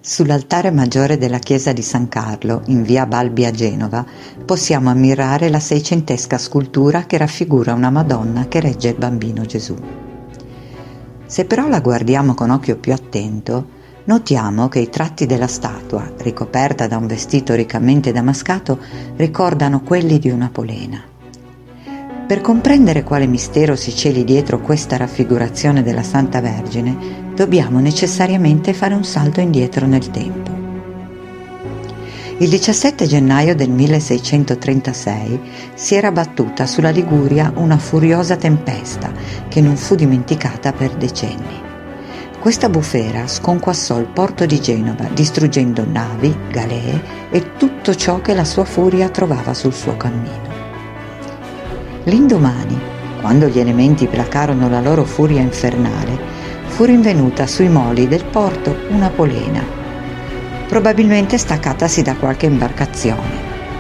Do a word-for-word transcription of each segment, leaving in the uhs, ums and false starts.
Sull'altare maggiore della chiesa di San Carlo, in via Balbi a Genova, possiamo ammirare la seicentesca scultura che raffigura una Madonna che regge il bambino Gesù. Se però la guardiamo con occhio più attento, notiamo che i tratti della statua, ricoperta da un vestito riccamente damascato, ricordano quelli di una polena. Per comprendere quale mistero si celi dietro questa raffigurazione della Santa Vergine, dobbiamo necessariamente fare un salto indietro nel tempo. Il diciassette gennaio del milleseicentotrentasei si era abbattuta sulla Liguria una furiosa tempesta che non fu dimenticata per decenni. Questa bufera sconquassò il porto di Genova, distruggendo navi, galee e tutto ciò che la sua furia trovava sul suo cammino. L'indomani, quando gli elementi placarono la loro furia infernale, fu rinvenuta sui moli del porto una polena, probabilmente staccatasi da qualche imbarcazione.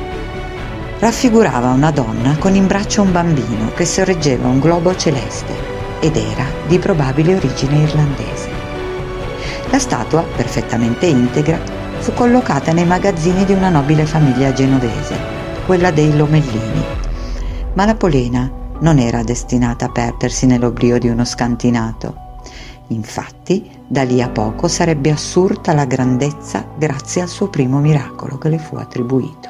Raffigurava una donna con in braccio un bambino che sorreggeva un globo celeste ed era di probabile origine irlandese. La statua, perfettamente integra, fu collocata nei magazzini di una nobile famiglia genovese, quella dei Lomellini, ma la polena non era destinata a perdersi nell'oblio di uno scantinato. Infatti, da lì a poco sarebbe assurta la grandezza grazie al suo primo miracolo che le fu attribuito.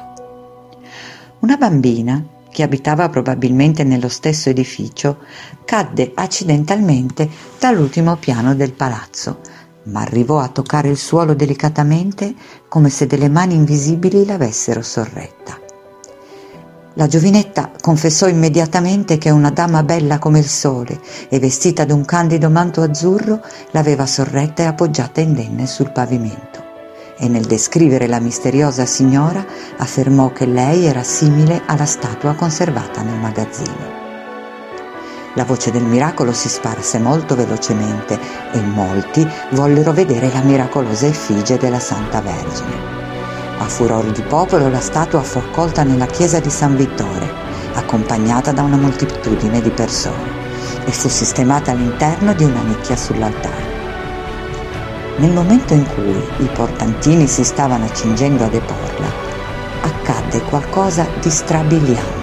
Una bambina, che abitava probabilmente nello stesso edificio, cadde accidentalmente dall'ultimo piano del palazzo, ma arrivò a toccare il suolo delicatamente come se delle mani invisibili l'avessero sorretta. La giovinetta confessò immediatamente che una dama bella come il sole e vestita d'un candido manto azzurro l'aveva sorretta e appoggiata indenne sul pavimento, e nel descrivere la misteriosa signora affermò che lei era simile alla statua conservata nel magazzino. La voce del miracolo si sparse molto velocemente e molti vollero vedere la miracolosa effigie della Santa Vergine. A furor di popolo la statua fu accolta nella chiesa di San Vittore, accompagnata da una moltitudine di persone, e fu sistemata all'interno di una nicchia sull'altare. Nel momento in cui i portantini si stavano accingendo a deporla, accadde qualcosa di strabiliante.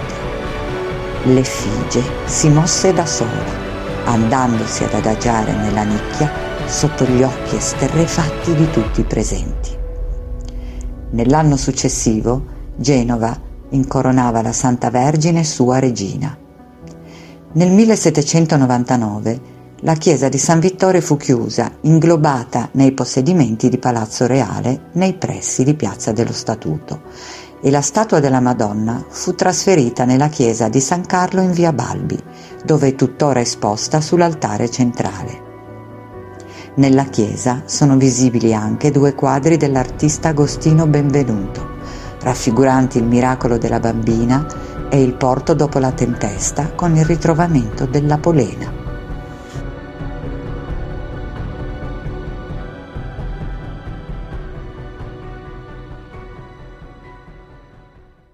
L'effigie si mosse da sola, andandosi ad adagiare nella nicchia sotto gli occhi esterrefatti di tutti i presenti. Nell'anno successivo, Genova incoronava la Santa Vergine sua regina. Nel millesettecentonovantanove la chiesa di San Vittore fu chiusa, inglobata nei possedimenti di Palazzo Reale nei pressi di Piazza dello Statuto, e la statua della Madonna fu trasferita nella chiesa di San Carlo in via Balbi, dove è tuttora esposta sull'altare centrale. Nella chiesa sono visibili anche due quadri dell'artista Agostino Benvenuto, raffiguranti il miracolo della bambina e il porto dopo la tempesta con il ritrovamento della polena.